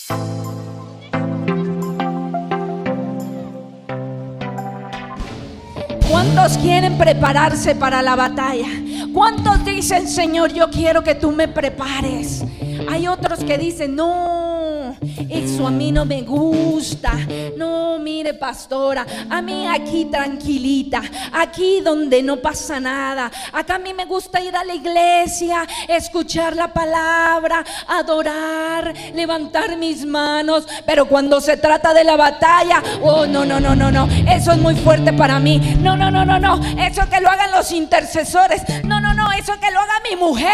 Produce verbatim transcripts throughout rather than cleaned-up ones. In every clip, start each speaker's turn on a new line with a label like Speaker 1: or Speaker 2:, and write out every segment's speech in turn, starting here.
Speaker 1: ¿Cuántos quieren prepararse para la batalla? ¿Cuántos dicen, Señor, yo quiero que tú me prepares? Hay otros que dicen, no, eso a mí no me gusta. No, mire, pastora, a mí aquí tranquilita, aquí donde no pasa nada. Acá a mí me gusta ir a la iglesia, escuchar la palabra, adorar, levantar mis manos. Pero cuando se trata de la batalla, oh, no, no, no, no, no, eso es muy fuerte para mí. No, no, no, no, no, eso que lo hagan los intercesores. No, no, no, eso que lo haga mi mujer.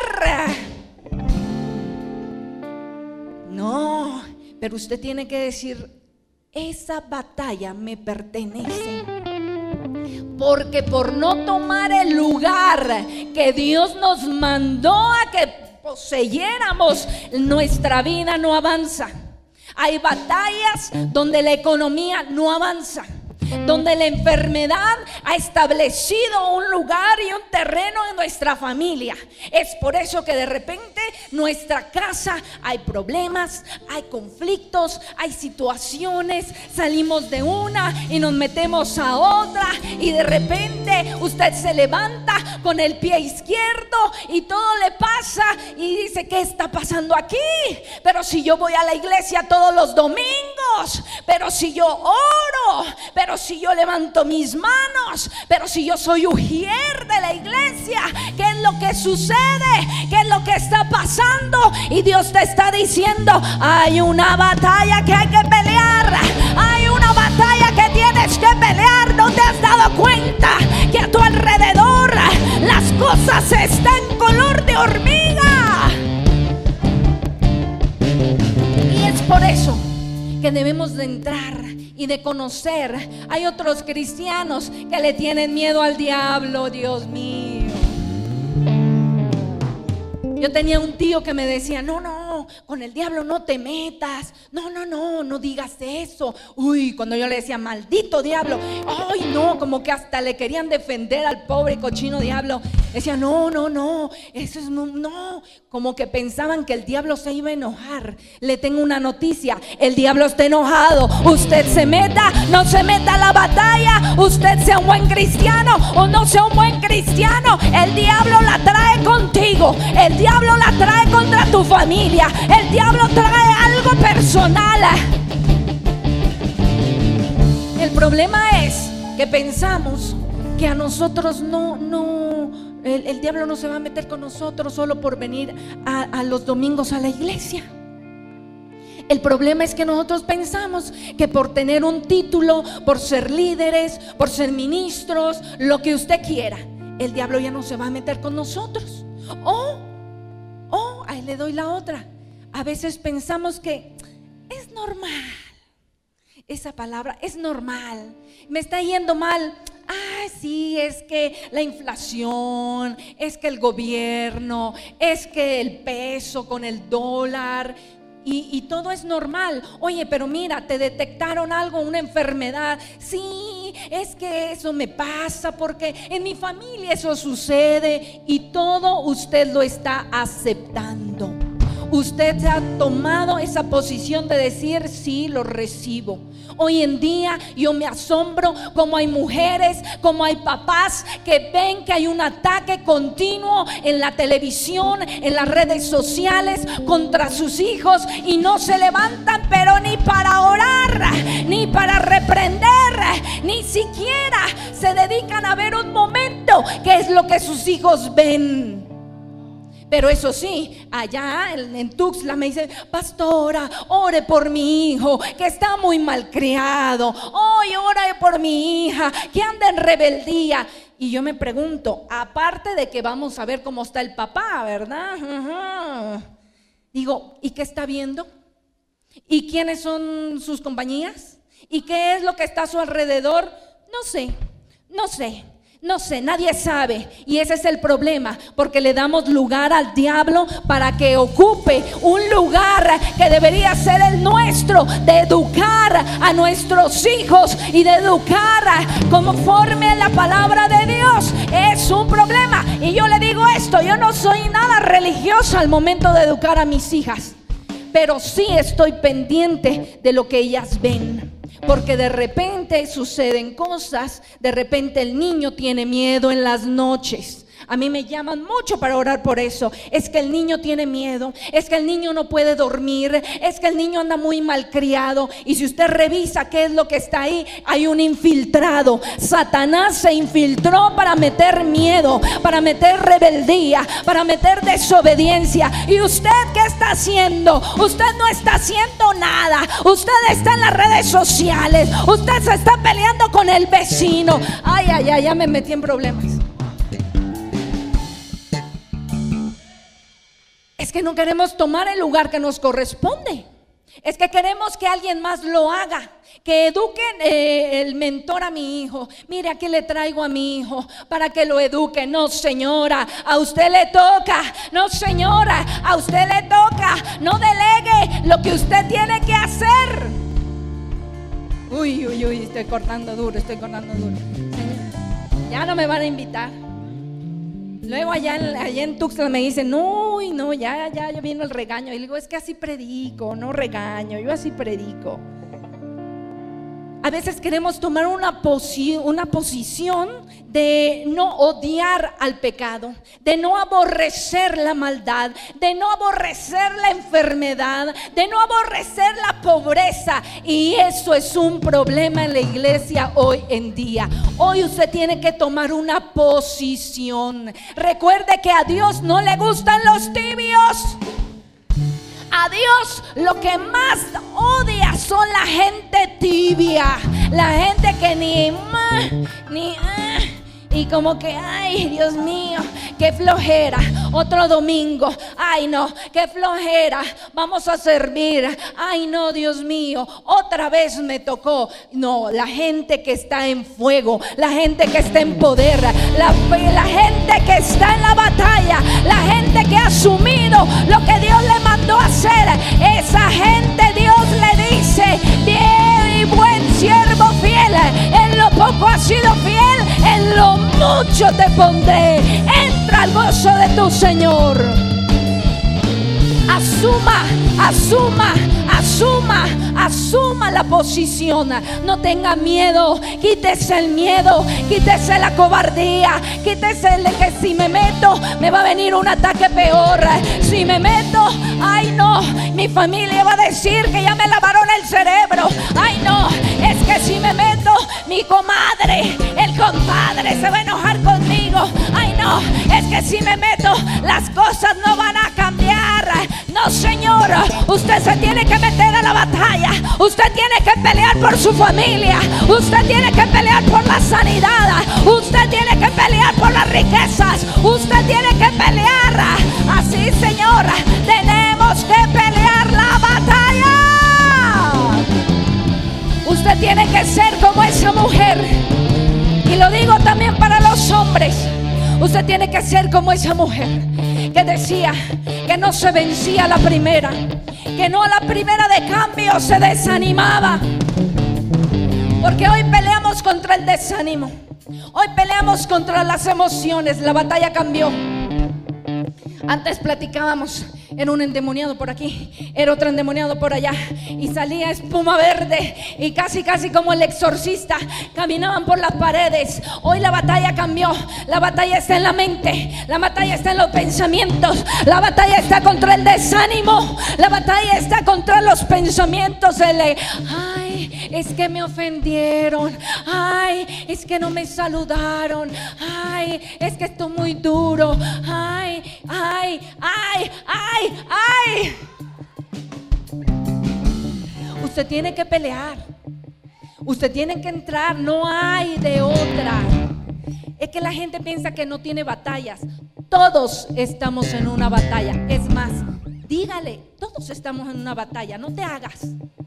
Speaker 1: No, pero usted tiene que decir, esa batalla me pertenece. Porque por no tomar el lugar que Dios nos mandó a que poseyéramos, nuestra vida no avanza. Hay batallas donde la economía no avanza, donde la enfermedad ha establecido un lugar y un terreno en nuestra familia. Es por eso que de repente nuestra casa hay problemas, hay conflictos, hay situaciones. Salimos de una y nos metemos a otra, y de repente usted se levanta con el pie izquierdo y todo le pasa y dice, ¿qué está pasando aquí? Pero si yo voy a la iglesia todos los domingos, pero si yo oro, pero si yo levanto mis manos, pero si yo soy ujier de la iglesia, ¿qué es lo que sucede? ¿Qué es lo que está pasando? Y Dios te está diciendo, hay una batalla que hay que pelear, hay una batalla que tienes que pelear. ¿No te has dado cuenta que a tu alrededor las cosas están color de hormiga? Y es por eso que debemos de entrar y de conocer. Hay otros cristianos que le tienen miedo al diablo. Dios mío. Yo tenía un tío que me decía, no, no, con el diablo no te metas. No, no, no, no digas eso. Uy, cuando yo le decía, maldito diablo, ay, no, como que hasta le querían defender al pobre cochino diablo. Decía, no, no, no, eso es no, no. Como que pensaban que el diablo se iba a enojar. Le tengo una noticia, el diablo está enojado. Usted se meta, no se meta a la batalla. Usted sea un buen cristiano o no sea un buen cristiano, el diablo la trae contigo. El diablo la trae contra tu familia. El diablo trae algo personal. El problema es que pensamos que a nosotros no, no, el, el diablo no se va a meter con nosotros solo por venir a, a los domingos a la iglesia. El problema es que nosotros pensamos que por tener un título, por ser líderes, por ser ministros, lo que usted quiera, el diablo ya no se va a meter con nosotros. O, o, ahí le doy la otra. A veces pensamos que es normal. Esa palabra es normal. Me está yendo mal. Ah, sí, es que la inflación, es que el gobierno, es que el peso con el dólar. Y, y todo es normal. Oye, pero mira, te detectaron algo, una enfermedad. Sí, es que eso me pasa porque en mi familia eso sucede. Y todo usted lo está aceptando. Usted se ha tomado esa posición de decir, sí, lo recibo. Hoy en día yo me asombro como hay mujeres, como hay papás que ven que hay un ataque continuo en la televisión, en las redes sociales contra sus hijos, y no se levantan pero ni para orar, ni para reprender, ni siquiera se dedican a ver un momento qué es lo que sus hijos ven. Pero eso sí, allá en, en Tuxtla me dice, pastora, ore por mi hijo que está muy malcriado. Hoy ore por mi hija que anda en rebeldía. Y yo me pregunto, aparte de que vamos a ver cómo está el papá, ¿verdad? Ajá. Digo, ¿y qué está viendo? ¿Y quiénes son sus compañías? ¿Y qué es lo que está a su alrededor? No sé, no sé. No sé, nadie sabe. Y ese es el problema, porque le damos lugar al diablo para que ocupe un lugar que debería ser el nuestro, de educar a nuestros hijos y de educar conforme a la palabra de Dios. Es un problema. Y yo le digo esto, yo no soy nada religiosa al momento de educar a mis hijas, pero sí estoy pendiente de lo que ellas ven. Porque de repente suceden cosas, de repente el niño tiene miedo en las noches. A mí me llaman mucho para orar por eso. Es que el niño tiene miedo, es que el niño no puede dormir, es que el niño anda muy malcriado. Y si usted revisa qué es lo que está ahí, hay un infiltrado. Satanás se infiltró para meter miedo, para meter rebeldía, para meter desobediencia. ¿Y usted qué está haciendo? Usted no está haciendo nada. Usted está en las redes sociales, usted se está peleando con el vecino. Ay, ay, ay, ya me metí en problemas. Es que no queremos tomar el lugar que nos corresponde. Es que queremos que alguien más lo haga. Que eduquen eh, el mentor a mi hijo. Mire, aquí le traigo a mi hijo para que lo eduque. No, señora, a usted le toca. No, señora, a usted le toca. No delegue lo que usted tiene que hacer. Uy, uy, uy, estoy cortando duro, estoy cortando duro. Señor, ya no me van a invitar. Luego allá en, allá en Tuxtla me dicen, no, no, ya, ya, ya vino el regaño. Y le digo, es que así predico, no regaño, yo así predico. A veces queremos tomar una, posi- una posición de no odiar al pecado, de no aborrecer la maldad, de no aborrecer la enfermedad, de no aborrecer la pobreza. Y eso es un problema en la iglesia hoy en día. Hoy usted tiene que tomar una posición. Recuerde que a Dios no le gustan los tibios. A Dios lo que más odia son la gente tibia, la gente que ni ni y como que, ay, Dios mío, qué flojera, otro domingo, ay no, qué flojera, vamos a servir, ay no, Dios mío, otra vez me tocó. No, la gente que está en fuego, la gente que está en poder, la, la gente que está en la batalla, la gente que ha asumido lo que Dios le mandó a hacer, esa gente Dios le dice, bien y buen siervo fiel, en lo poco has sido fiel, en lo mucho te pondré, entra al gozo de tu Señor. Asuma, asuma, asuma, asuma la posición. No tenga miedo, quítese el miedo, quítese la cobardía, quítese el de que si me meto me va a venir un ataque peor. Si me meto, ay no, mi familia va a decir que ya me lavaron el cerebro. Ay no, es que si me meto, mi comadre, el compadre se va a enojar conmigo. Ay no, es que si me meto, las cosas no van a cambiar. No, señor, usted se tiene que meter a la batalla. Usted tiene que pelear por su familia. Usted tiene que pelear por la sanidad. Usted tiene que pelear por las riquezas. Usted tiene que pelear. Así, señor, tenemos que pelear la batalla. Usted tiene que ser como esa mujer. Y lo digo también para los hombres. Usted tiene que ser como esa mujer que decía que no se vencía a la primera, que no a la primera de cambio se desanimaba. Porque hoy peleamos contra el desánimo, hoy peleamos contra las emociones. La batalla cambió. Antes platicábamos, era un endemoniado por aquí, era otro endemoniado por allá, y salía espuma verde y casi casi como el exorcista caminaban por las paredes. Hoy la batalla cambió. La batalla está en la mente, la batalla está en los pensamientos, la batalla está contra el desánimo, la batalla está contra los pensamientos de le, ay, es que me ofendieron, ay, es que no me saludaron, ay, es que esto es muy duro, ay, ay, ay, ay, ay. Usted tiene que pelear, usted tiene que entrar, no hay de otra. Es que la gente piensa que no tiene batallas. Todos estamos en una batalla. Es más, dígale, todos estamos en una batalla, no te hagas.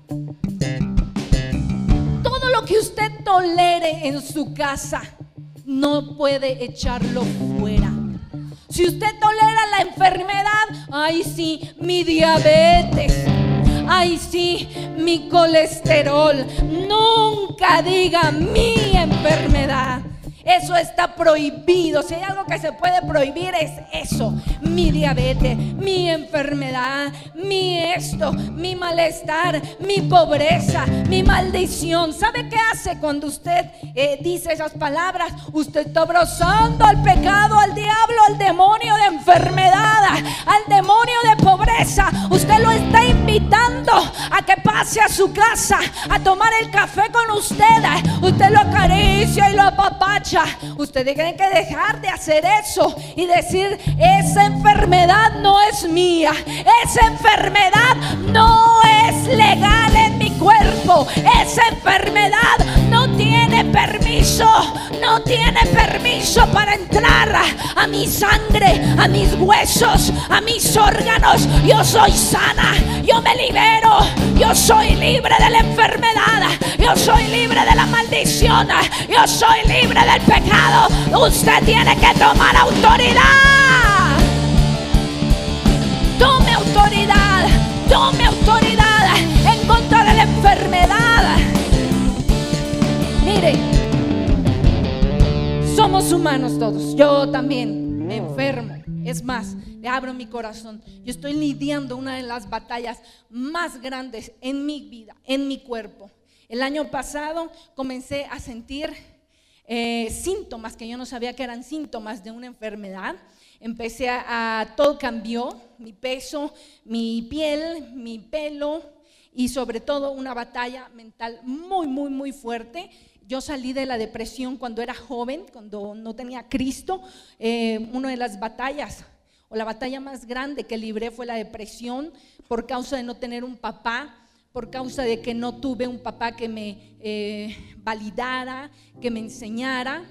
Speaker 1: Todo lo que usted tolere en su casa no puede echarlo fuera. Si usted tolera la enfermedad, ay sí, mi diabetes, ay sí, mi colesterol, nunca diga mi enfermedad. Eso está prohibido. Si hay algo que se puede prohibir es eso. Mi diabetes, mi enfermedad, mi esto, mi malestar, mi pobreza, mi maldición. ¿Sabe qué hace cuando usted eh, dice esas palabras? Usted está abrazando al pecado, al diablo, al demonio de enfermedad, al demonio de pobreza. Usted lo está invitando a que pase a su casa a tomar el café con usted. Usted lo acaricia y lo apapacha. Usted tiene que dejar de hacer eso y decir: esa enfermedad no es mía, esa enfermedad no es legal en mi cuerpo, esa enfermedad no tiene permiso, no tiene permiso para entrar a mi sangre, a mis huesos, a mis órganos. Yo soy sana, yo me libero, yo soy libre de la enfermedad, yo soy libre de la maldición, yo soy libre del pecado. Usted tiene que tomar autoridad. Tome autoridad, tome autoridad en contra de la enfermedad. Mire, somos humanos todos. Yo también me enfermo. Es más, le abro mi corazón. Yo estoy lidiando una de las batallas más grandes en mi vida, en mi cuerpo. El año pasado comencé a sentir eh, síntomas que yo no sabía que eran síntomas de una enfermedad. Empecé a, a todo cambió, mi peso, mi piel, mi pelo y sobre todo una batalla mental muy, muy, muy fuerte. Yo salí de la depresión cuando era joven, cuando no tenía a Cristo. Eh, una de las batallas o la batalla más grande que libré fue la depresión por causa de no tener un papá, por causa de que no tuve un papá que me eh, validara, que me enseñara.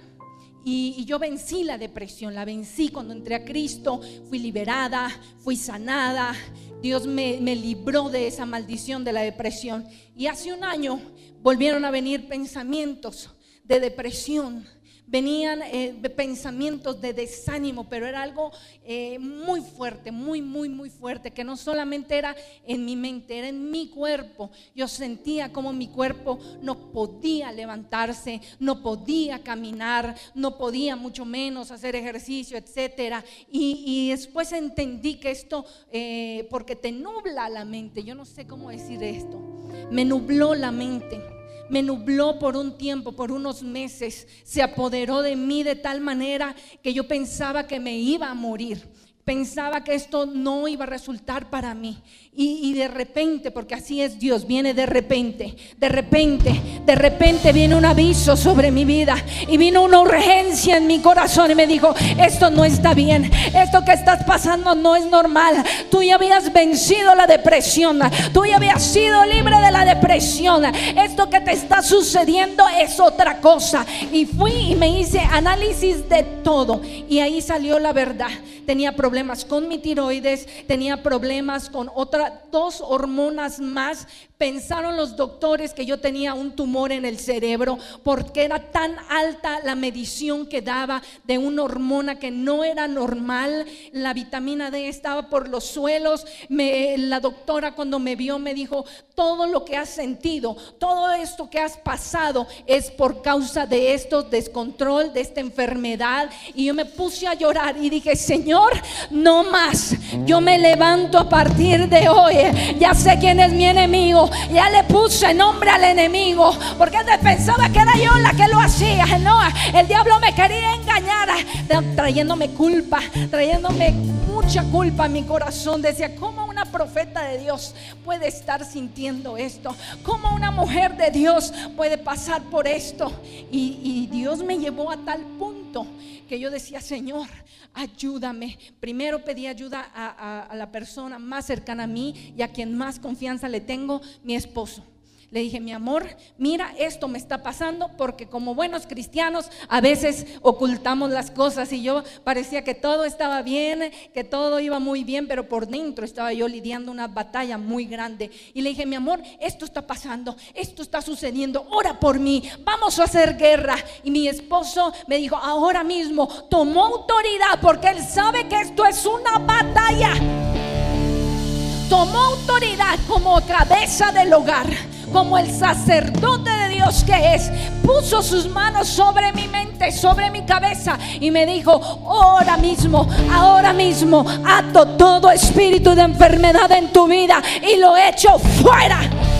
Speaker 1: Y, y yo vencí la depresión, la vencí cuando entré a Cristo, fui liberada, fui sanada. Dios me, me libró de esa maldición de la depresión. Y hace un año volvieron a venir pensamientos de depresión. Venían eh, pensamientos de desánimo, pero era algo eh, muy fuerte, muy, muy, muy fuerte, que no solamente era en mi mente, era en mi cuerpo. Yo sentía como mi cuerpo no podía levantarse, no podía caminar, no podía mucho menos hacer ejercicio, etcétera. Y, y después entendí que esto, eh, porque te nubla la mente, yo no sé cómo decir esto, me nubló la mente. Me nubló por un tiempo, por unos meses. Se apoderó de mí de tal manera que yo pensaba que me iba a morir. Pensaba que esto no iba a resultar para mí. Y, y de repente, porque así es Dios, viene de repente, de repente, de repente viene un aviso sobre mi vida. Y vino una urgencia en mi corazón y me dijo: esto no está bien, esto que estás pasando no es normal. Tú ya habías vencido la depresión, tú ya habías sido libre de la depresión. Esto que te está sucediendo es otra cosa. Y fui y me hice análisis de todo y ahí salió la verdad. Tenía problemas con mi tiroides, tenía problemas con otras dos hormonas más. Pensaron los doctores que yo tenía un tumor en el cerebro porque era tan alta la medición que daba de una hormona que no era normal. La vitamina D estaba por los suelos. Me, la doctora cuando me vio me dijo: todo lo que has sentido, todo esto que has pasado es por causa de estos descontrol, de esta enfermedad. Y yo me puse a llorar y dije: Señor, no más. Yo me levanto a partir de hoy. Ya sé quién es mi enemigo. Ya le puse nombre al enemigo, porque antes pensaba que era yo la que lo hacía. No, el diablo me quería engañar, trayéndome culpa, trayéndome mucha culpa a mi corazón. Decía: ¿cómo una profeta de Dios puede estar sintiendo esto? ¿Cómo una mujer de Dios puede pasar por esto? Y, y Dios me llevó a tal punto que yo decía: Señor, ayúdame. Primero pedí ayuda a, a, a la persona más cercana a mí y a quien más confianza le tengo, mi esposo. Le dije: mi amor, mira, esto me está pasando, porque como buenos cristianos a veces ocultamos las cosas. Y yo parecía que todo estaba bien, que todo iba muy bien, pero por dentro estaba yo lidiando una batalla muy grande. Y le dije: mi amor, esto está pasando, esto está sucediendo, ora por mí, vamos a hacer guerra. Y mi esposo me dijo: ahora mismo. Tomó autoridad porque él sabe que esto es una batalla. Tomó autoridad como cabeza del hogar, como el sacerdote de Dios que es, puso sus manos sobre mi mente, sobre mi cabeza y me dijo: ahora mismo, ahora mismo ato todo espíritu de enfermedad en tu vida y lo echo fuera.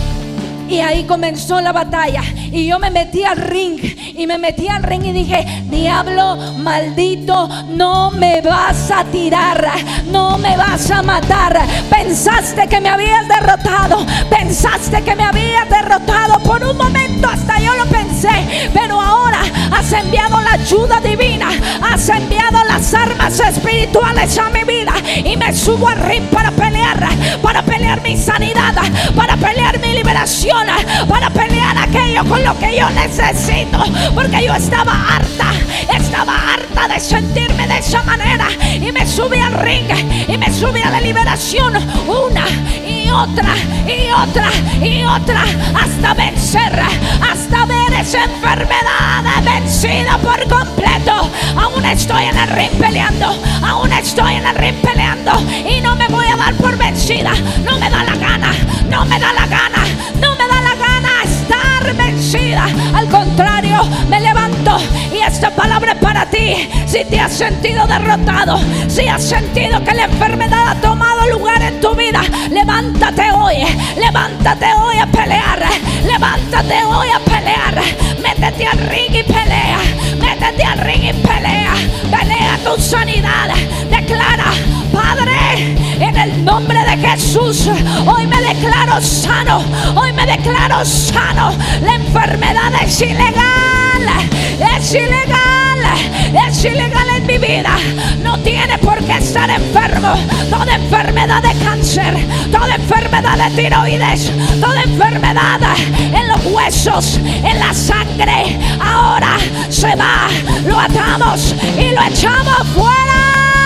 Speaker 1: Y ahí comenzó la batalla. Y yo me metí al ring. Y me metí al ring y dije: diablo maldito, no me vas a tirar, no me vas a matar. Pensaste que me habías derrotado, pensaste que me habías derrotado. Por un momento hasta yo lo pensé. Pero ahora has enviado la ayuda divina, has enviado las armas espirituales a mi vida. Y me subo al ring para pelear, para pelear mi sanidad, para pelear mi liberación, para pelear aquello con lo que yo necesito, porque yo estaba harta, estaba harta de sentirme de esa manera. Y me subí al ring y me subí a la liberación una y otra y otra y otra hasta vencer, hasta ver esa enfermedad vencida por completo. Aún estoy en el ring peleando, aún estoy en el ring peleando y no me voy a dar por vencida. No me da la gana, no me da la gana, no me da la gana estar vencida. Al contrario, me levanto y esta palabra es para ti. Si te has sentido derrotado, si has sentido que la enfermedad ha tomado lugar en tu vida, levántate hoy, levántate hoy a pelear, levántate hoy a pelear. Métete al ring y pelea, métete al ring y pelea, pelea tu sanidad. Declara: Padre, en el nombre de Jesús, hoy me declaro sano, hoy me declaro sano. La enfermedad es ilegal, es ilegal, es ilegal en mi vida. No tiene por qué estar enfermo. Toda enfermedad de cáncer, toda enfermedad de tiroides, toda enfermedad en los huesos, en la sangre, ahora se va. Lo atamos y lo echamos fuera.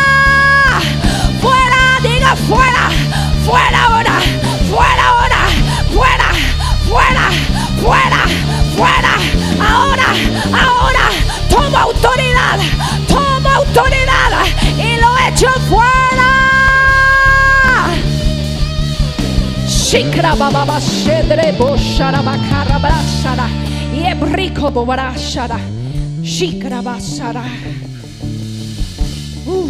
Speaker 1: Fuera, diga fuera, fuera ahora, fuera ahora, fuera, fuera, fuera, fuera. Ahora, ahora, toma autoridad, toma autoridad y lo echo fuera. Shikra baba shedre boshara bakara brashara y ebrico bobarashara. Shikra basara. Uh.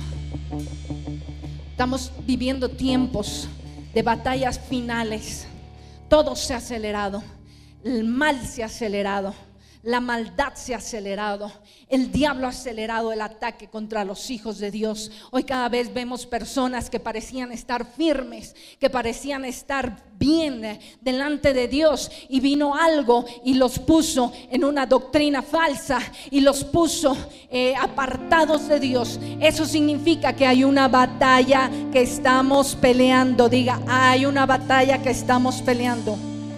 Speaker 1: Estamos viviendo tiempos de batallas finales. Todo se ha acelerado. El mal se ha acelerado. La maldad se ha acelerado. El diablo ha acelerado el ataque contra los hijos de Dios. Hoy cada vez vemos personas que parecían estar firmes, que parecían estar bien delante de Dios, y vino algo y los puso en una doctrina falsa y los puso eh, apartados de Dios. Eso significa que hay una batalla que estamos peleando. Diga: hay una batalla que estamos peleando.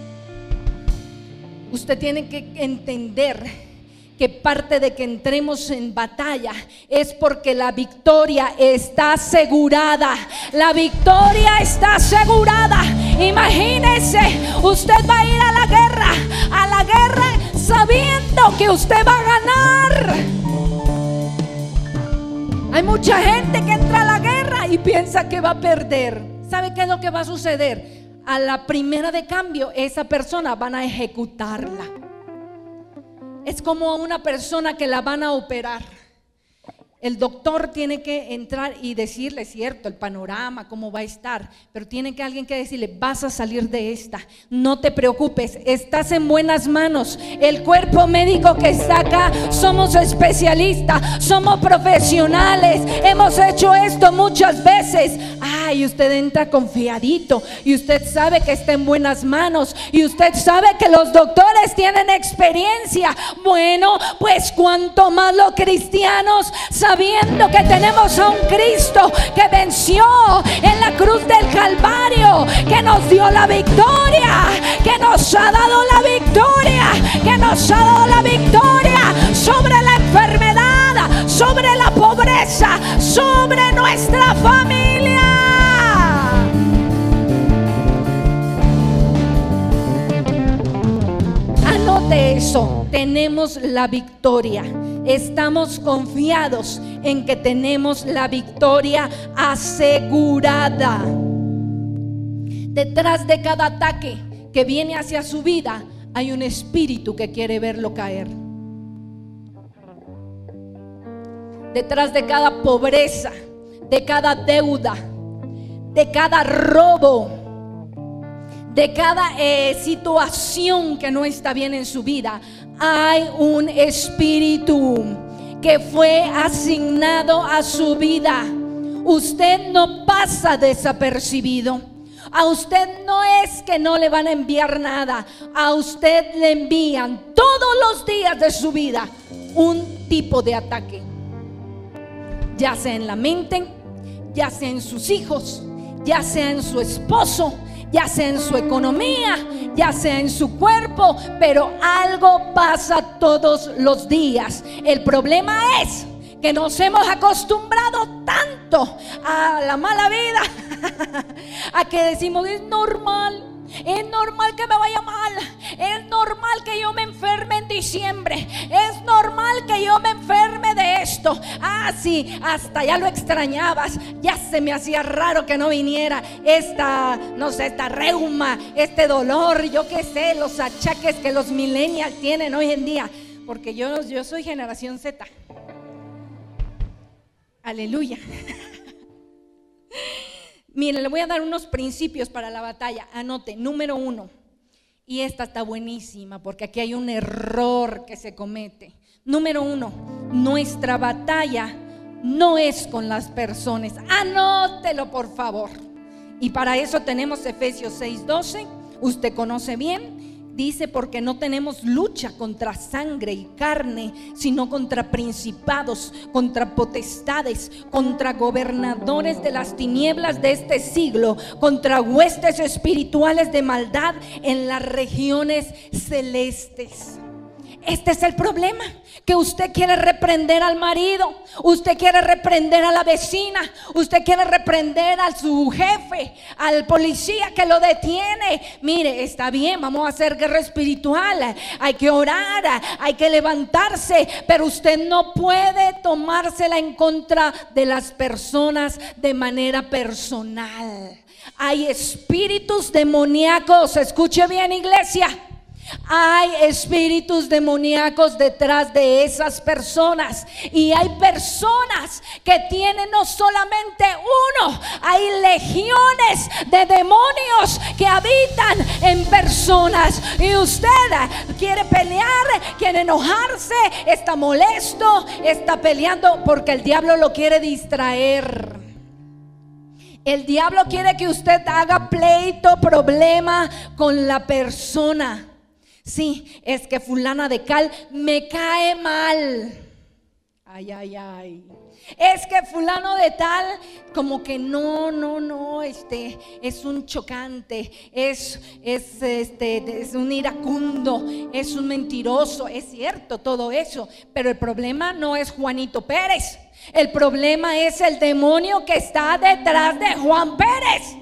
Speaker 1: Usted tiene que entender que parte de que entremos en batalla es porque la victoria está asegurada. La victoria está asegurada. Imagínese, usted va a ir a la guerra, a la guerra sabiendo que usted va a ganar. Hay mucha gente que entra a la guerra y piensa que va a perder. ¿Sabe qué es lo que va a suceder? A la primera de cambio, esa persona van a ejecutarla. Es como a una persona que la van a operar. El doctor tiene que entrar y decirle, cierto, el panorama, cómo va a estar, pero tiene que alguien que decirle: vas a salir de esta, no te preocupes, estás en buenas manos. El cuerpo médico que está acá, somos especialistas, somos profesionales, hemos hecho esto muchas veces. Ay, y usted entra confiadito y usted sabe que está en buenas manos y usted sabe que los doctores tienen experiencia. Bueno, pues cuanto más los cristianos, sabiendo que tenemos a un Cristo que venció en la cruz del Calvario, que nos dio la victoria, que nos ha dado la victoria, que nos ha dado la victoria sobre la enfermedad, sobre la pobreza, sobre nuestra familia. Anote eso: tenemos la victoria. Estamos confiados en que tenemos la victoria asegurada. Detrás de cada ataque que viene hacia su vida, hay un espíritu que quiere verlo caer. Detrás de cada pobreza, de cada deuda, de cada robo, de cada eh, situación que no está bien en su vida, hay un espíritu que fue asignado a su vida. Usted no pasa desapercibido. A usted no es que no le van a enviar nada. A usted le envían todos los días de su vida un tipo de ataque, ya sea en la mente, ya sea en sus hijos, ya sea en su esposo, ya sea en su economía, ya sea en su cuerpo, pero algo pasa todos los días. El problema es que nos hemos acostumbrado tanto a la mala vida, a que decimos: es normal. Es normal que me vaya mal. Es normal que yo me enferme en diciembre. Es normal que yo me enferme de esto. Ah, sí, hasta ya lo extrañabas. Ya se me hacía raro que no viniera esta, no sé, esta reuma, este dolor, yo qué sé, los achaques que los millennials tienen hoy en día. Porque yo, yo soy generación Z. Aleluya. Miren, le voy a dar unos principios para la batalla. Anote, número uno. Y esta está buenísima porque aquí hay un error que se comete. Número uno, nuestra batalla no es con las personas. Anótelo, por favor. Y para eso tenemos Efesios seis doce. Usted conoce bien. Dice: porque no tenemos lucha contra sangre y carne, sino contra principados, contra potestades, contra gobernadores de las tinieblas de este siglo, contra huestes espirituales de maldad en las regiones celestes. Este es el problema, que usted quiere reprender al marido, usted quiere reprender a la vecina, usted quiere reprender a su jefe, al policía que lo detiene. Mire, está bien, vamos a hacer guerra espiritual, hay que orar, hay que levantarse, pero usted no puede tomársela en contra de las personas de manera personal. Hay espíritus demoníacos, escuche bien, iglesia. Hay espíritus demoníacos detrás de esas personas. Y hay personas que tienen no solamente uno, hay legiones de demonios que habitan en personas. Y usted quiere pelear, quiere enojarse, está molesto, está peleando porque el diablo lo quiere distraer. El diablo quiere que usted haga pleito, problema con la persona. Sí, es que fulana de cal me cae mal. Ay, ay, ay. Es que fulano de tal como que no, no, no, este es un chocante, es, es, este, es un iracundo, es un mentiroso. Es cierto todo eso, pero el problema no es Juanito Pérez. El problema es el demonio que está detrás de Juan Pérez.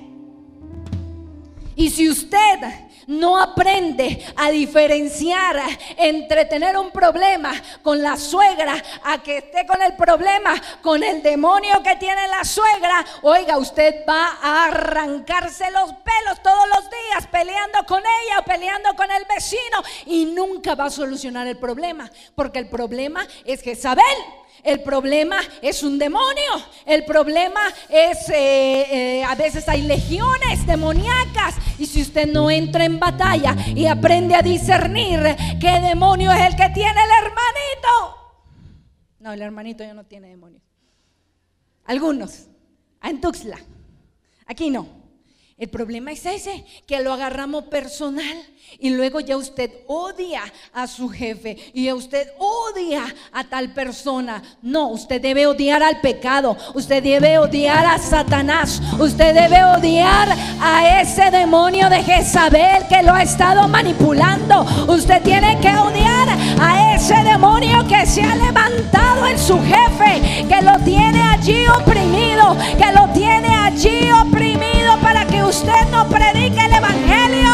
Speaker 1: Y si usted no aprende a diferenciar entre tener un problema con la suegra a que esté con el problema con el demonio que tiene la suegra, oiga, usted va a arrancarse los pelos todos los días peleando con ella o peleando con el vecino y nunca va a solucionar el problema, porque el problema es Jezabel. El problema es un demonio. El problema es eh, eh, a veces hay legiones demoníacas. Y si usted no entra en batalla y aprende a discernir qué demonio es el que tiene el hermanito. No, el hermanito ya no tiene demonios. Algunos, en Tuxtla. Aquí no. El problema es ese, que lo agarramos personal y luego ya usted odia a su jefe y ya usted odia a tal persona. No, usted debe odiar al pecado, usted debe odiar a Satanás, usted debe odiar a ese demonio de Jezabel que lo ha estado manipulando. Usted tiene que odiar a ese demonio que se ha levantado en su jefe, que lo tiene allí oprimido, que lo tiene allí oprimido para que usted no predique el evangelio.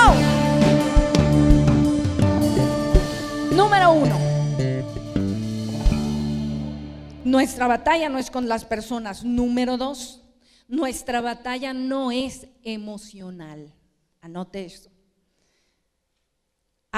Speaker 1: Número uno, nuestra batalla no es con las personas. Número dos, nuestra batalla no es emocional. Anote esto.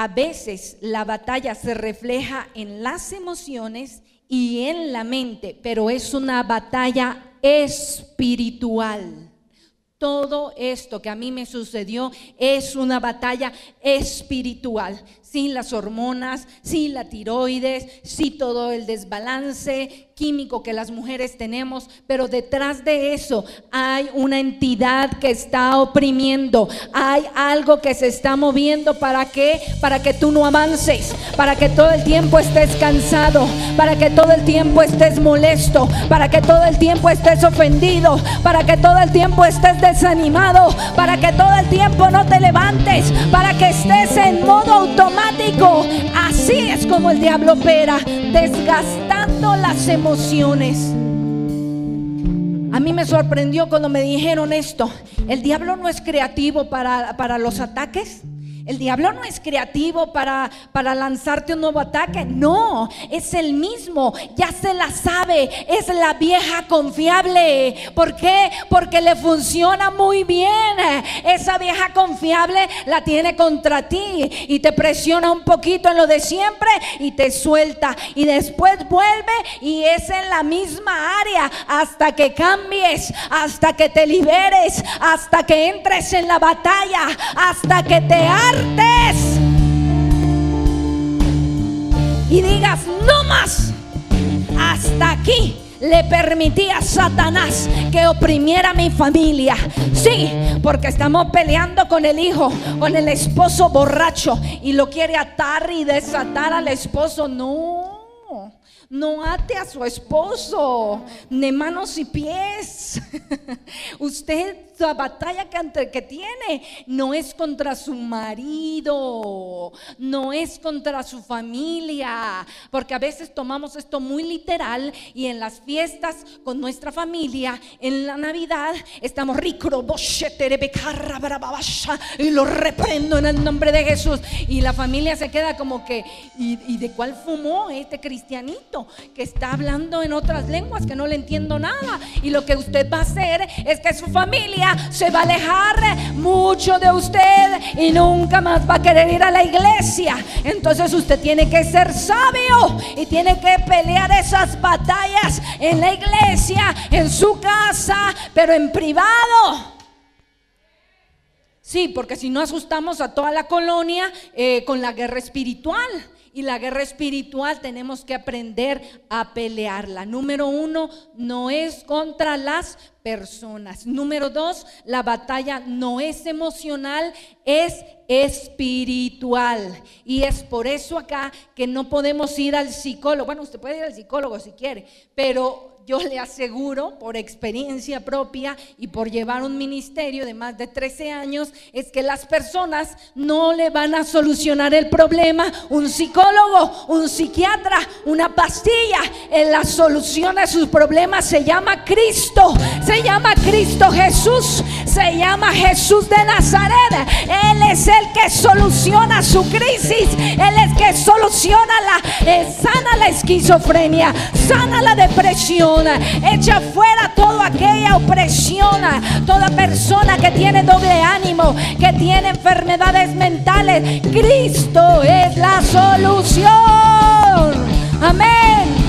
Speaker 1: A veces la batalla se refleja en las emociones y en la mente, pero es una batalla espiritual. Todo esto que a mí me sucedió es una batalla espiritual. Sin las hormonas, sin la tiroides, sin todo el desbalance químico que las mujeres tenemos, pero detrás de eso hay una entidad que está oprimiendo, hay algo que se está moviendo. ¿Para qué? Para que tú no avances, para que todo el tiempo estés cansado, para que todo el tiempo estés molesto, para que todo el tiempo estés ofendido, para que todo el tiempo estés desanimado, para que todo el tiempo no te levantes, para que estés en modo automático. Así es como el diablo opera, desgastando las emociones. A mí me sorprendió cuando me dijeron esto. El diablo no es creativo para, para los ataques. El diablo no es creativo para, para lanzarte un nuevo ataque. No, es el mismo, ya se la sabe. Es la vieja confiable. ¿Por qué? Porque le funciona muy bien. Esa vieja confiable la tiene contra ti y te presiona un poquito en lo de siempre y te suelta, y después vuelve y es en la misma área hasta que cambies, hasta que te liberes, hasta que entres en la batalla, hasta que te hartes y digas no más. Hasta aquí le permití a Satanás que oprimiera a mi familia. Sí, porque estamos peleando con el hijo, con el esposo borracho, y lo quiere atar y desatar al esposo. No, no ate a su esposo de manos y pies. Usted, la batalla que, que tiene no es contra su marido, no es contra su familia, porque a veces tomamos esto muy literal y en las fiestas con nuestra familia, en la Navidad, estamos ricro y lo reprendo en el nombre de Jesús, y la familia se queda como que ¿y, y de cuál fumó este cristianito que está hablando en otras lenguas que no le entiendo nada? Y lo que usted va a hacer es que su familia se va a alejar mucho de usted y nunca más va a querer ir a la iglesia. Entonces usted tiene que ser sabio y tiene que pelear esas batallas en la iglesia, en su casa, pero en privado. Sí, porque si no asustamos a toda la colonia eh, con la guerra espiritual. Y la guerra espiritual tenemos que aprender a pelearla. Número uno, no es contra las personas. Número dos, la batalla no es emocional, es espiritual. Y es por eso acá que no podemos ir al psicólogo. Bueno, usted puede ir al psicólogo si quiere, pero yo le aseguro por experiencia propia y por llevar un ministerio de más de trece años, es que las personas no le van a solucionar el problema un psicólogo, un psiquiatra, una pastilla. En la solución a sus problemas se llama Cristo, se llama Cristo Jesús, se llama Jesús de Nazaret. Él es el que soluciona su crisis, Él es el que soluciona la, eh, sana la esquizofrenia, sana la depresión, echa fuera toda aquella opresión, toda persona que tiene doble ánimo, que tiene enfermedades mentales. Cristo es la solución. Amén.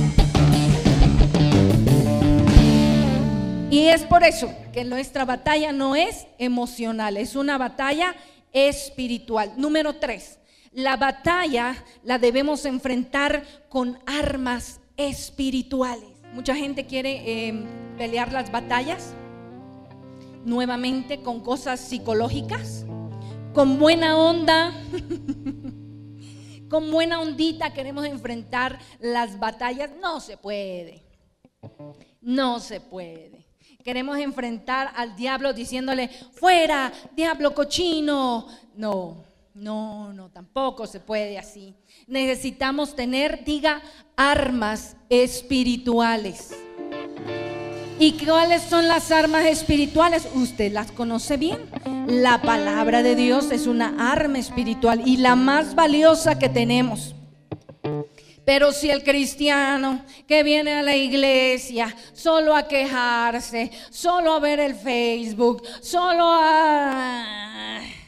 Speaker 1: Y es por eso que nuestra batalla no es emocional, es una batalla espiritual. Número tres, la batalla la debemos enfrentar con armas espirituales. Mucha gente quiere eh, pelear las batallas nuevamente con cosas psicológicas, con buena onda, con buena ondita queremos enfrentar las batallas. No se puede, no se puede. Queremos enfrentar al diablo diciéndole fuera, diablo cochino. No, no, no, tampoco se puede así. Necesitamos tener, diga, armas espirituales. ¿Y cuáles son las armas espirituales? Usted las conoce bien. La palabra de Dios es una arma espiritual y la más valiosa que tenemos. Pero si el cristiano que viene a la iglesia solo a quejarse, solo a ver el Facebook, solo a...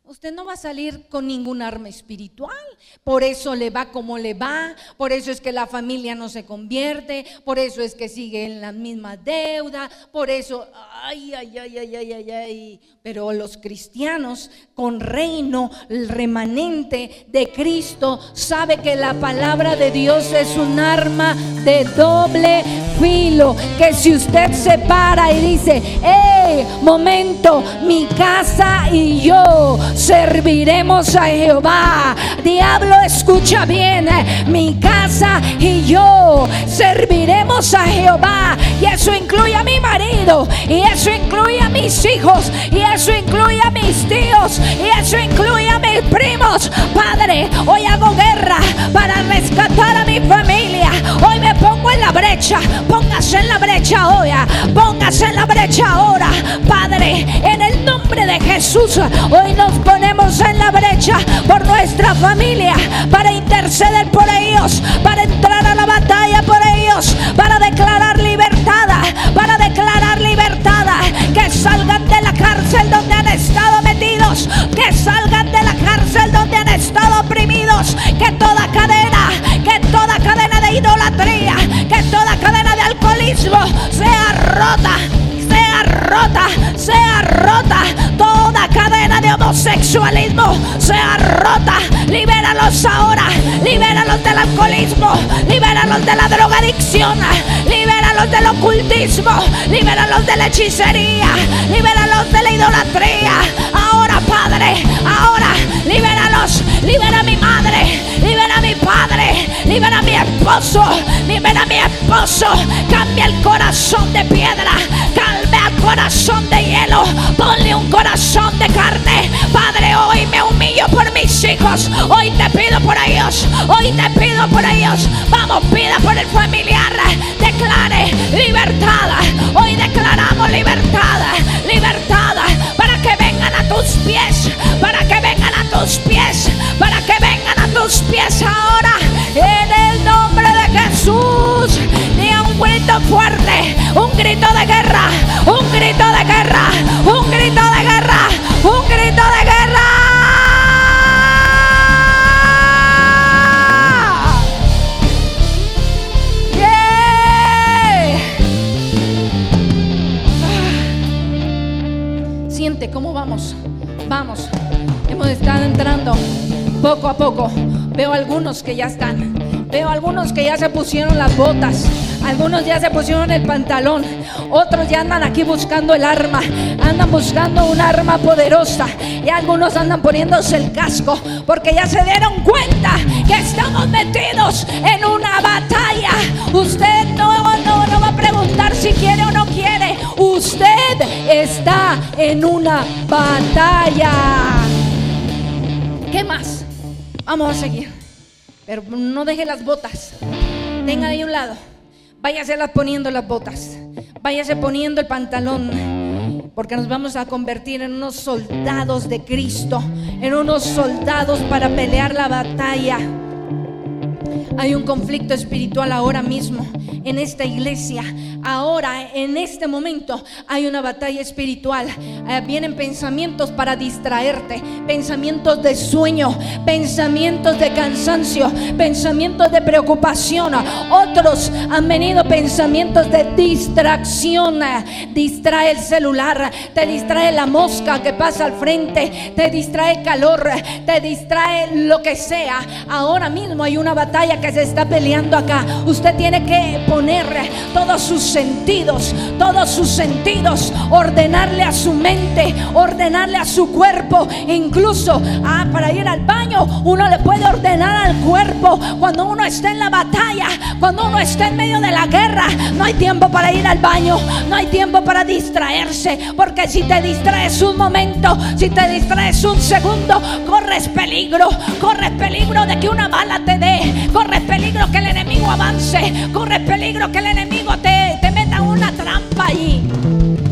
Speaker 1: usted no va a salir con ningún arma espiritual. Por eso le va como le va, por eso es que la familia no se convierte, por eso es que sigue en la misma deuda, por eso, ay, ay, ay, ay, ay, ay, ay. Pero los cristianos con reino, el remanente de Cristo, sabe que la palabra de Dios es un arma de doble filo, que si usted se para y dice, hey, momento, mi casa y yo serviremos a Jehová. Diablo, escucha bien, mi casa y yo serviremos a Jehová. Y eso incluye a mi marido, y eso incluye a mis hijos, y eso incluye a mis tíos, y eso incluye a mis primos. Padre, hoy hago guerra para rescatar a mi familia. Hoy me pongo en la brecha. Póngase en la brecha hoy, póngase en la brecha ahora. Padre, en el nombre de Jesús, hoy nos ponemos en la brecha por nuestra familia, para interceder por ellos, para entrar a la batalla por ellos, para declarar libertad, para declarar libertad, que salgan de la cárcel donde han estado metidos, que salgan de la cárcel donde han estado oprimidos, que toda cadena, que toda cadena de idolatría, que toda cadena de alcoholismo sea rota, sea rota, sea rota. Toda cadena de homosexualismo sea rota. Libéralos ahora, libéralos del alcoholismo, libéralos de la drogadicción, libéralos del ocultismo, libéralos de la hechicería, libéralos de la idolatría. Ahora, Padre, ahora, libéralos, libera a mi madre, libera a mi padre, libera a mi esposo, libera a mi esposo. Cambia el corazón de piedra, calma el corazón de hielo, ponle un corazón de carne. Padre, hoy me humillo por mis hijos, hoy te pido por ellos, hoy te pido por ellos. Vamos, pida por el familiar, declare libertad. Hoy declaramos libertad, libertad, para que vengan a tus pies, para que vengan a tus pies, para que vengan a tus pies ahora, en el nombre de Jesús. Diga un grito fuerte, un grito de guerra, un grito de guerra, un grito de guerra, un grito de guerra. Siente cómo vamos, vamos. Hemos estado entrando poco a poco. Veo algunos que ya están. Veo algunos que ya se pusieron las botas, algunos ya se pusieron el pantalón, otros ya andan aquí buscando el arma, andan buscando un arma poderosa, y algunos andan poniéndose el casco, porque ya se dieron cuenta que estamos metidos en una batalla. Usted no, no, no va a preguntar si quiere o no quiere, usted está en una batalla. ¿Qué más? Vamos a seguir. Pero no deje las botas, tenga ahí a un lado, váyaselas poniendo las botas, váyase poniendo el pantalón, porque nos vamos a convertir en unos soldados de Cristo, en unos soldados para pelear la batalla. Hay un conflicto espiritual ahora mismo en esta iglesia. Ahora, en este momento, hay una batalla espiritual. eh, Vienen pensamientos para distraerte, pensamientos de sueño, pensamientos de cansancio, pensamientos de preocupación. Otros han venido pensamientos de distracción. Distrae el celular, te distrae la mosca que pasa al frente, te distrae calor, te distrae lo que sea. Ahora mismo hay una batalla que se está peleando acá. Usted tiene que poner todos sus sentidos, todos sus sentidos, ordenarle a su mente, ordenarle a su cuerpo. Incluso ah, para ir al baño, uno le puede ordenar al cuerpo. Cuando uno está en la batalla, cuando uno está en medio de la guerra, no hay tiempo para ir al baño, no hay tiempo para distraerse, porque si te distraes un momento, si te distraes un segundo, corres peligro, corres peligro de que una bala te dé, corres peligro que el enemigo avance, corres peligro que el enemigo te, te meta una trampa allí.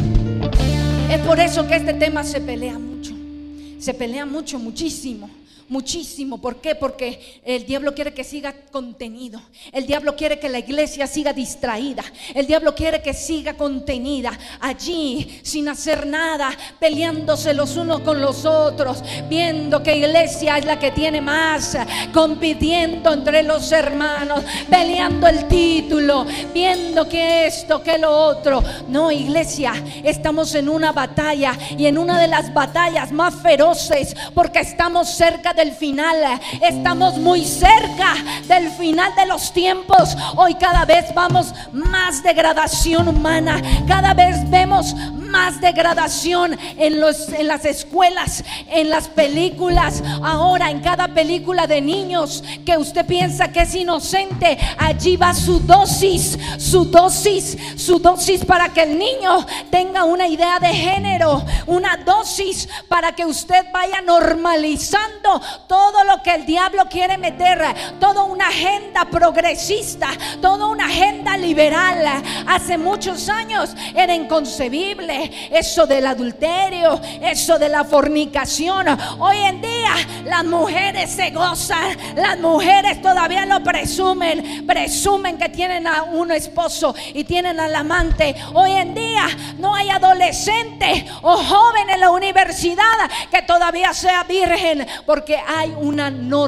Speaker 1: Es por eso que este tema se pelea mucho, se pelea mucho, muchísimo, muchísimo. ¿Por qué? Porque el diablo quiere que siga contenido. El diablo quiere que la iglesia siga distraída. El diablo quiere que siga contenida allí sin hacer nada, peleándose los unos con los otros, viendo que iglesia es la que tiene más, compitiendo entre los hermanos, peleando el título, viendo que esto, que lo otro. No, iglesia, estamos en una batalla, y en una de las batallas más feroces, porque estamos cerca del final. Estamos muy cerca del final de los tiempos. Hoy cada vez vamos más degradación humana, cada vez vemos más degradación en, los, en las escuelas, en las películas. Ahora en cada película de niños que usted piensa que es inocente, allí va su dosis, su dosis, su dosis para que el niño tenga una idea de género, una dosis para que usted vaya normalizando todo lo que el diablo quiere meter, toda una agenda progresista, toda una agenda liberal. Hace muchos años era inconcebible eso del adulterio, eso de la fornicación. Hoy en día las mujeres se gozan, las mujeres todavía lo presumen, presumen que tienen a un esposo y tienen al amante. Hoy en día no hay adolescente o joven en la universidad que todavía sea virgen, porque hay una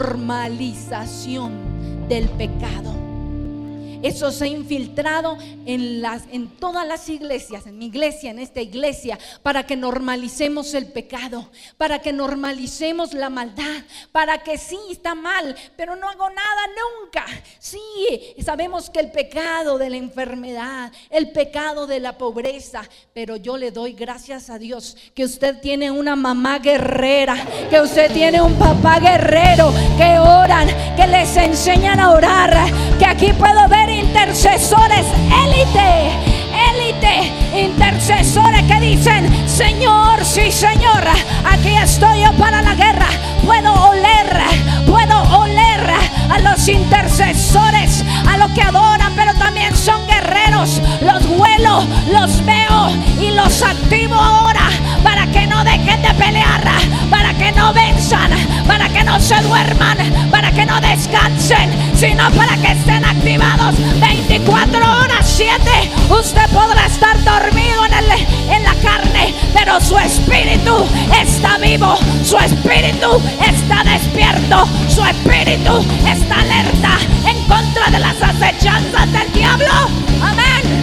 Speaker 1: normalización del pecado. Eso se ha infiltrado en, las, en todas las iglesias, en mi iglesia, en esta iglesia, para que normalicemos el pecado, para que normalicemos la maldad, para que sí, está mal, pero no hago nada nunca. Sí, sabemos que el pecado de la enfermedad, el pecado de la pobreza, pero yo le doy gracias a Dios que usted tiene una mamá guerrera, que usted tiene un papá guerrero, que oran, que les enseñan a orar, que aquí puedo ver intercesores élite, élite, intercesores que dicen: Señor, sí Señor, aquí estoy yo para la guerra. Puedo oler, puedo oler a los intercesores, a los que adoran, pero también son guerreros. Los huelo, los veo y los activo ahora para que no dejen de pelear, para que no venzan, para que no se duerman, para que no descansen, sino para que estén activados veinticuatro horas siete. Usted podrá estar dormido en, el, en la carne, pero su espíritu está vivo, su espíritu está despierto, su espíritu está alerta en contra de las acechanzas del diablo. Amén.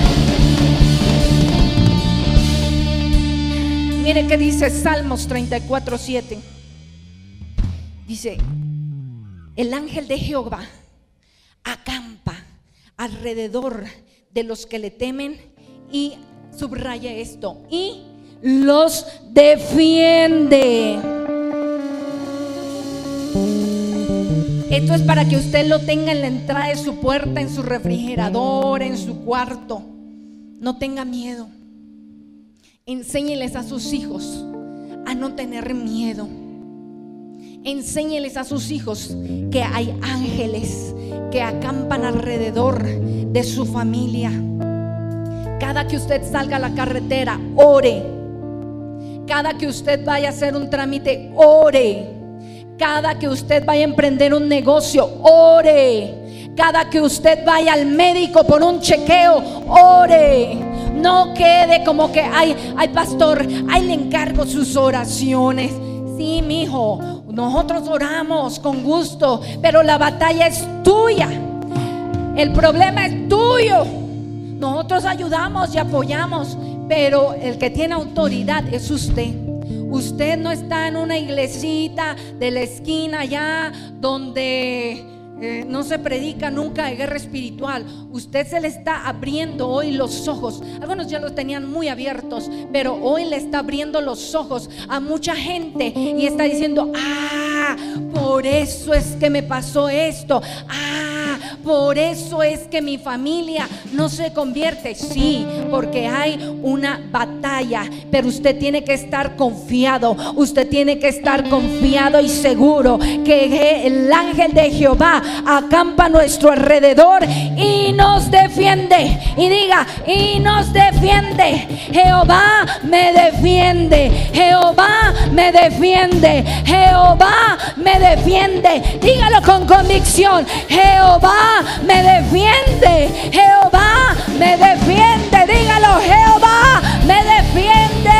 Speaker 1: Mire que dice Salmos treinta y cuatro siete. Dice: el ángel de Jehová acampa alrededor de los que le temen, y subraya esto, y los defiende. Esto es para que usted lo tenga en la entrada de su puerta, en su refrigerador, en su cuarto. No tenga miedo. Enséñeles a sus hijos a no tener miedo. Enséñeles a sus hijos que hay ángeles que acampan alrededor de su familia. Cada que usted salga a la carretera, ore. Cada que usted vaya a hacer un trámite, ore. Cada que usted vaya a emprender un negocio, ore. Cada que usted vaya al médico por un chequeo, ore. No quede como que, ay, ay pastor, ahí le encargo sus oraciones. Sí, mijo, nosotros oramos con gusto, pero la batalla es tuya. El problema es tuyo. Nosotros ayudamos y apoyamos, pero el que tiene autoridad es usted. Usted no está en una iglesita de la esquina allá donde eh, no se predica nunca de guerra espiritual. Usted se le está abriendo hoy los ojos. Algunos ya los tenían muy abiertos, pero hoy le está abriendo los ojos a mucha gente y está diciendo: ah, por eso es que me pasó esto. Ah, por eso es que mi familia no se convierte. Sí, porque hay una batalla, pero usted tiene que estar confiado. Usted tiene que estar confiado y seguro que el ángel de Jehová acampa a nuestro alrededor y nos defiende. Y diga: y nos defiende. Jehová me defiende. Jehová me defiende. Jehová me defiende. Dígalo con convicción: Jehová me defiende, Jehová me defiende. Dígalo: Jehová me defiende.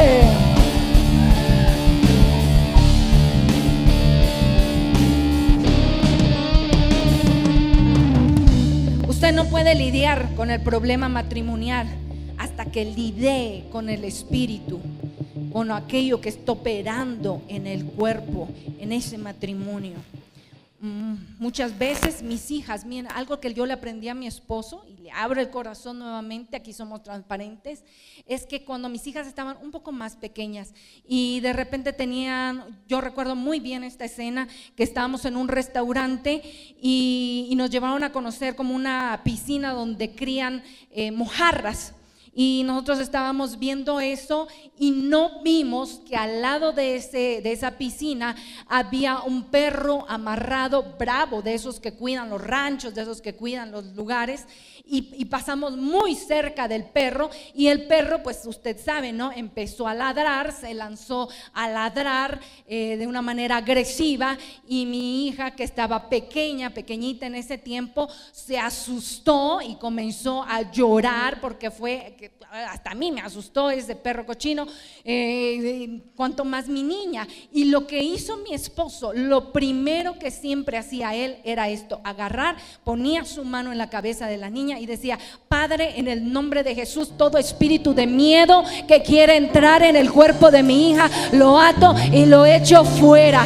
Speaker 1: Usted no puede lidiar con el problema matrimonial hasta que lidie con el espíritu, con aquello que está operando en el cuerpo, en ese matrimonio. Mm, muchas veces mis hijas, miren, algo que yo le aprendí a mi esposo, y le abro el corazón nuevamente, aquí somos transparentes, es que cuando mis hijas estaban un poco más pequeñas y de repente tenían, yo recuerdo muy bien esta escena, que estábamos en un restaurante y, y nos llevaron a conocer como una piscina donde crían eh, mojarras. Y nosotros estábamos viendo eso y no vimos que al lado de, ese, de esa piscina había un perro amarrado bravo, de esos que cuidan los ranchos, de esos que cuidan los lugares. Y, y pasamos muy cerca del perro y el perro, pues usted sabe, ¿no? Empezó a ladrar, se lanzó a ladrar eh, de una manera agresiva, y mi hija, que estaba pequeña, pequeñita en ese tiempo, se asustó y comenzó a llorar porque fue, que hasta a mí me asustó ese perro cochino, eh, cuanto más mi niña. Y lo que hizo mi esposo, lo primero que siempre hacía él era esto: agarrar, ponía su mano en la cabeza de la niña y decía: Padre, en el nombre de Jesús, todo espíritu de miedo que quiere entrar en el cuerpo de mi hija, lo ato y lo echo fuera.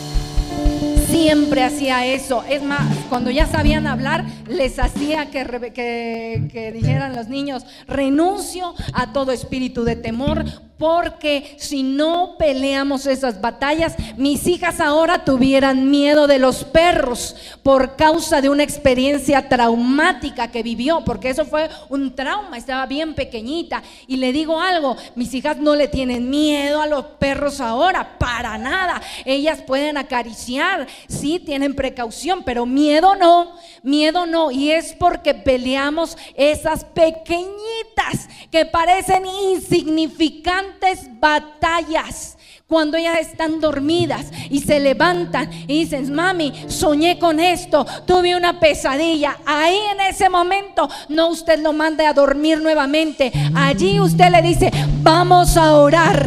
Speaker 1: Siempre hacía eso. Es más, cuando ya sabían hablar, les hacía que, que, que dijeran los niños: renuncio a todo espíritu de temor, porque si no peleamos esas batallas, mis hijas ahora tuvieran miedo de los perros por causa de una experiencia traumática que vivió, porque eso fue un trauma, estaba bien pequeñita. Y le digo algo: mis hijas no le tienen miedo a los perros ahora, para nada. Ellas pueden acariciar, sí, tienen precaución, pero miedo no, miedo no. Y es porque peleamos esas pequeñitas que parecen insignificantes batallas. Cuando ellas están dormidas y se levantan y dicen: mami, soñé con esto, tuve una pesadilla. Ahí en ese momento no usted lo mande a dormir nuevamente. Allí usted le dice: vamos a orar.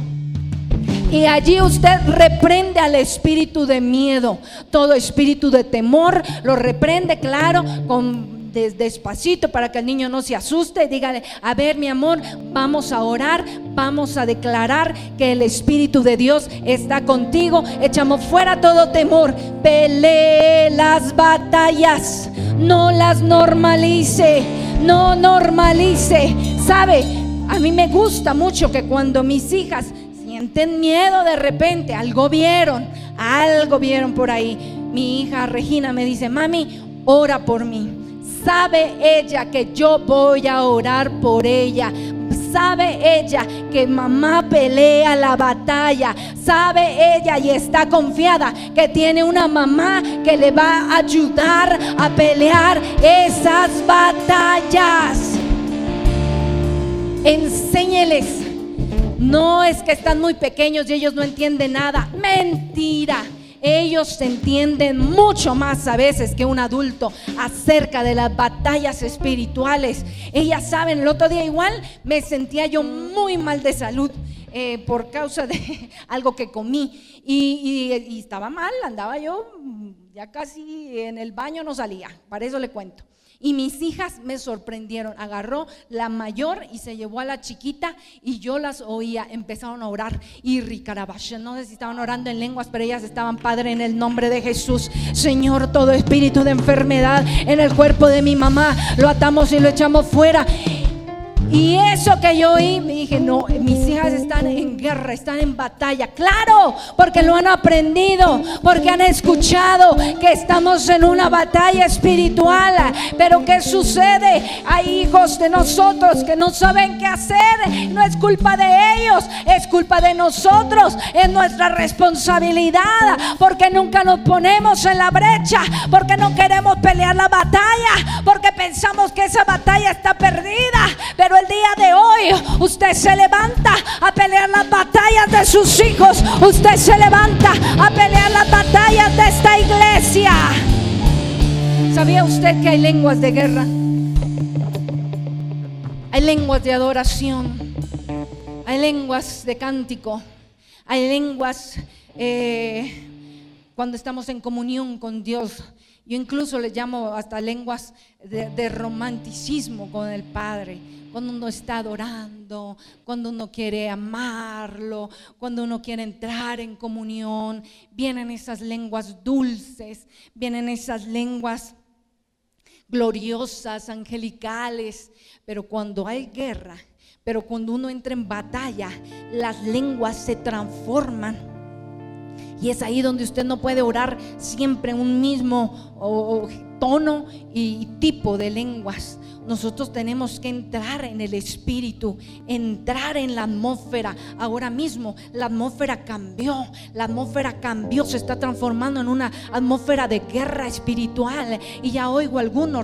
Speaker 1: Y allí usted reprende al espíritu de miedo, todo espíritu de temor lo reprende, claro, con despacito, para que el niño no se asuste. Dígale: a ver, mi amor, vamos a orar, vamos a declarar que el espíritu de Dios está contigo. Echamos fuera todo temor. Pelee las batallas, no las normalice, no normalice. ¿Sabe? A mí me gusta mucho que cuando mis hijas sienten miedo, de repente algo vieron, algo vieron por ahí, mi hija Regina me dice: mami, ora por mí. Sabe ella que yo voy a orar por ella. Sabe ella que mamá pelea la batalla. Sabe ella y está confiada que tiene una mamá que le va a ayudar a pelear esas batallas. Enséñeles. No es que están muy pequeños y ellos no entienden nada. Mentira. Ellos entienden mucho más a veces que un adulto acerca de las batallas espirituales. Ellas saben. El otro día igual me sentía yo muy mal de salud eh, por causa de algo que comí y, y, y estaba mal, andaba yo ya casi en el baño, no salía, para eso le cuento. Y mis hijas me sorprendieron. Agarró la mayor y se llevó a la chiquita y yo las oía, empezaron a orar y ricarabash, no sé si estaban orando en lenguas, pero ellas estaban: Padre, en el nombre de Jesús, Señor, todo espíritu de enfermedad en el cuerpo de mi mamá lo atamos y lo echamos fuera. Y eso que yo oí, me dije: no, mis hijas están en guerra, están en batalla. Claro, porque lo han aprendido, porque han escuchado que estamos en una batalla espiritual. Pero ¿qué sucede? Hay hijos de nosotros que no saben qué hacer. No es culpa de ellos, es culpa de nosotros. Es nuestra responsabilidad, porque nunca nos ponemos en la brecha, porque no queremos pelear la batalla, porque pensamos que esa batalla está perdida. Pero el día de hoy usted se levanta a pelear las batallas de sus hijos. Usted se levanta a pelear las batallas ¿Sabía usted que hay lenguas de guerra? Hay lenguas de adoración, hay lenguas de cántico, hay lenguas eh, cuando estamos en comunión con Dios. Yo incluso le llamo hasta lenguas de, de romanticismo con el Padre. Cuando uno está adorando, cuando uno quiere amarlo, cuando uno quiere entrar en comunión, vienen esas lenguas dulces, vienen esas lenguas gloriosas, angelicales. Pero cuando hay guerra, pero cuando uno entra en batalla, las lenguas se transforman. Y es ahí donde usted no puede orar siempre un mismo o, o, tono y tipo de lenguas. Nosotros tenemos que entrar en el espíritu, entrar en la atmósfera. Ahora mismo la atmósfera cambió, la atmósfera cambió, se está transformando en una atmósfera de guerra espiritual. Y ya oigo algunos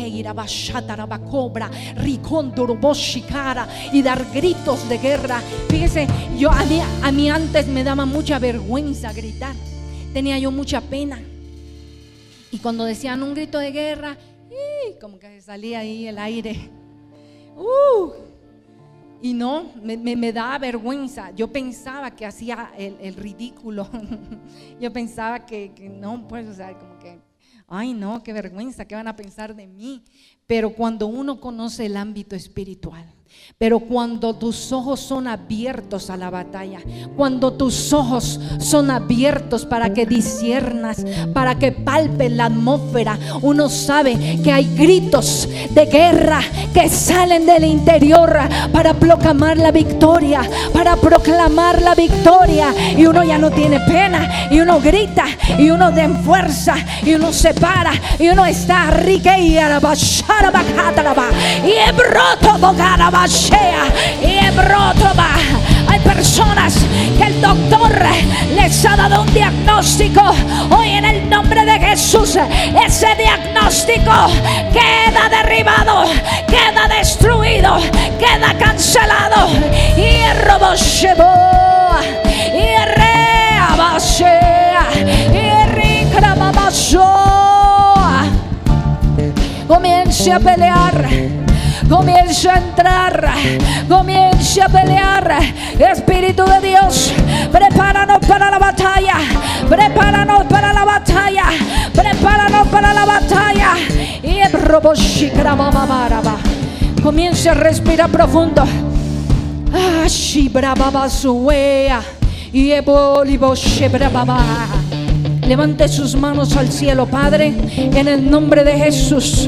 Speaker 1: y dar gritos de guerra. Fíjese, yo a mí, a mí antes me daba mucha vergüenza gritar, tenía yo mucha pena. Y cuando decían un grito de guerra, ¡y! Como que salía ahí el aire. Uh, y no, me, me, me daba vergüenza. Yo pensaba que hacía el, el ridículo. Yo pensaba que, que no, pues, o sea, como que, ay no, qué vergüenza, ¿qué van a pensar de mí? Pero cuando uno conoce el ámbito espiritual, pero cuando tus ojos son abiertos a la batalla, cuando tus ojos son abiertos para que disciernas, para que palpes la atmósfera, uno sabe que hay gritos de guerra que salen del interior para proclamar la victoria, para proclamar la victoria. Y uno ya no tiene pena, y uno grita, y uno da fuerza, y uno se para, y uno está rica y y broto bogaraba. Y hay personas que el doctor les ha dado un diagnóstico. Hoy en el nombre de Jesús, ese diagnóstico queda derribado, queda destruido, queda cancelado. Y roboshebo y reabashea y ricramabasoa. Comience a pelear, comience a entrar, comience a pelear. Espíritu de Dios, prepáranos para la batalla, prepáranos para la batalla, prepáranos para la batalla. Y el robo shikramamaraba. Comience a respirar profundo. Ah, shibrababasuea. Y ebolibo shibrababa. Levante sus manos al cielo, Padre, en el nombre de Jesús.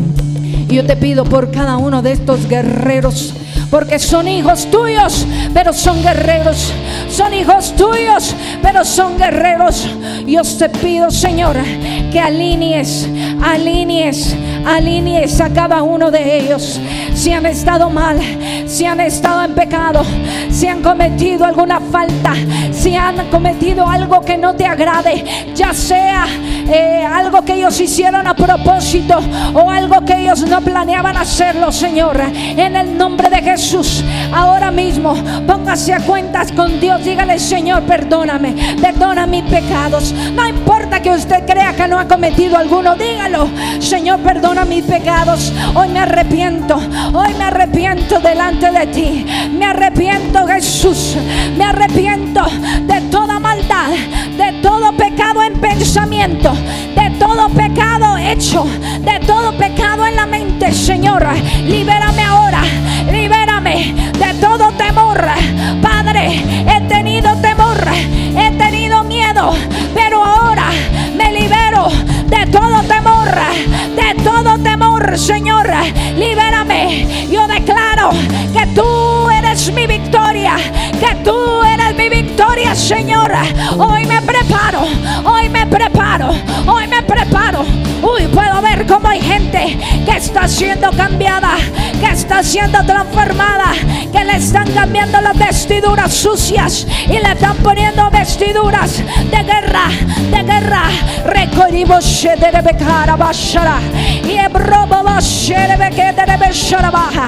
Speaker 1: Yo te pido por cada uno de estos guerreros, porque son hijos tuyos, pero son guerreros. Son hijos tuyos, pero son guerreros. Yo te pido, Señor, que alinees, alinees, alinees a cada uno de ellos. Si han estado mal, si han estado en pecado, si han cometido alguna falta, si han cometido algo que no te agrade, ya sea eh, algo que ellos hicieron a propósito o algo que ellos no planeaban hacerlo, Señor, en el nombre de Jesús, ahora mismo póngase a cuentas con Dios. Dígale: Señor, perdóname, perdona mis pecados. No importa que usted crea que no ha cometido alguno, dígalo: Señor, perdona mis pecados. Hoy me arrepiento, hoy me arrepiento delante de ti. Me arrepiento, Jesús, me arrepiento de toda maldad, de todo pecado en pensamiento, de todo pecado hecho, de todo pecado en la mente. Señor, libérame ahora, libérame de todo temor. Padre, he tenido temor, he tenido miedo, pero ahora me libero de todo temor, de todo temor. Señor, libérame. Yo declaro que tú eres mi victoria, que tú eres mi victoria, Señor. Hoy me preparo, hoy me preparo, hoy me preparo. Uy, puedo ver cómo hay gente que está siendo cambiada, que está siendo transformada, que le están cambiando las vestiduras sucias y le están poniendo vestiduras de guerra, de guerra. Recorrimos de becara bashara y ebrobo bashere bekete de beshara baja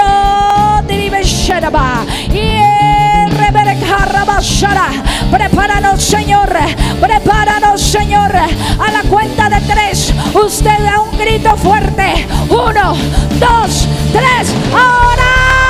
Speaker 1: ro de beshara ba y rebecara bashara. Prepáranos, Señor, prepáranos, Señor, a la cuenta de tres. vez usted da un grito fuerte. Uno, dos, tres, ahora.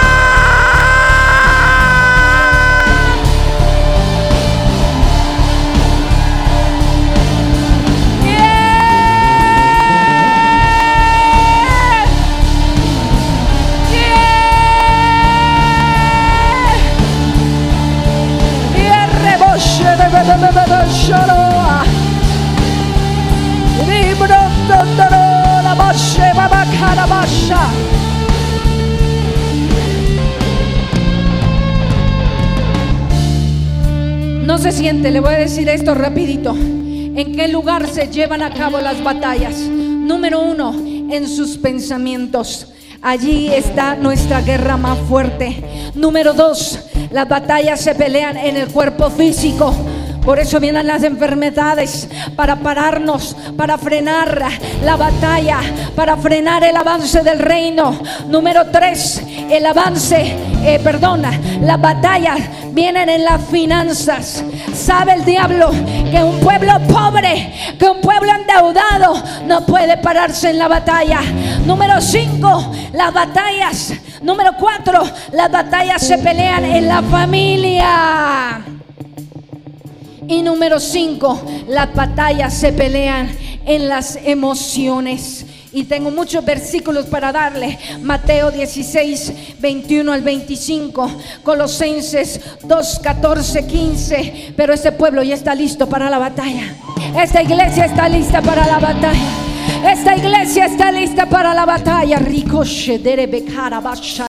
Speaker 1: No se siente, le voy a decir esto rapidito. ¿En qué lugar se llevan a cabo las batallas? Número uno, en sus pensamientos. Allí está nuestra guerra más fuerte. Número dos, las batallas se pelean en el cuerpo físico. Por eso vienen las enfermedades, para pararnos, para frenar la batalla, para frenar el avance del reino. Número tres, el avance, eh, perdona, las batallas vienen en las finanzas. Sabe el diablo que un pueblo pobre, que un pueblo endeudado no puede pararse en la batalla. Número cinco, las batallas. Número cuatro, las batallas se pelean en la familia. Y número cinco, las batallas se pelean en las emociones. Y tengo muchos versículos para darle. Mateo dieciséis, veintiuno al veinticinco, Colosenses dos, catorce, quince. Pero este pueblo ya está listo para la batalla. Esta iglesia está lista para la batalla. Esta iglesia está lista para la batalla. Ricochet de Becara Basha.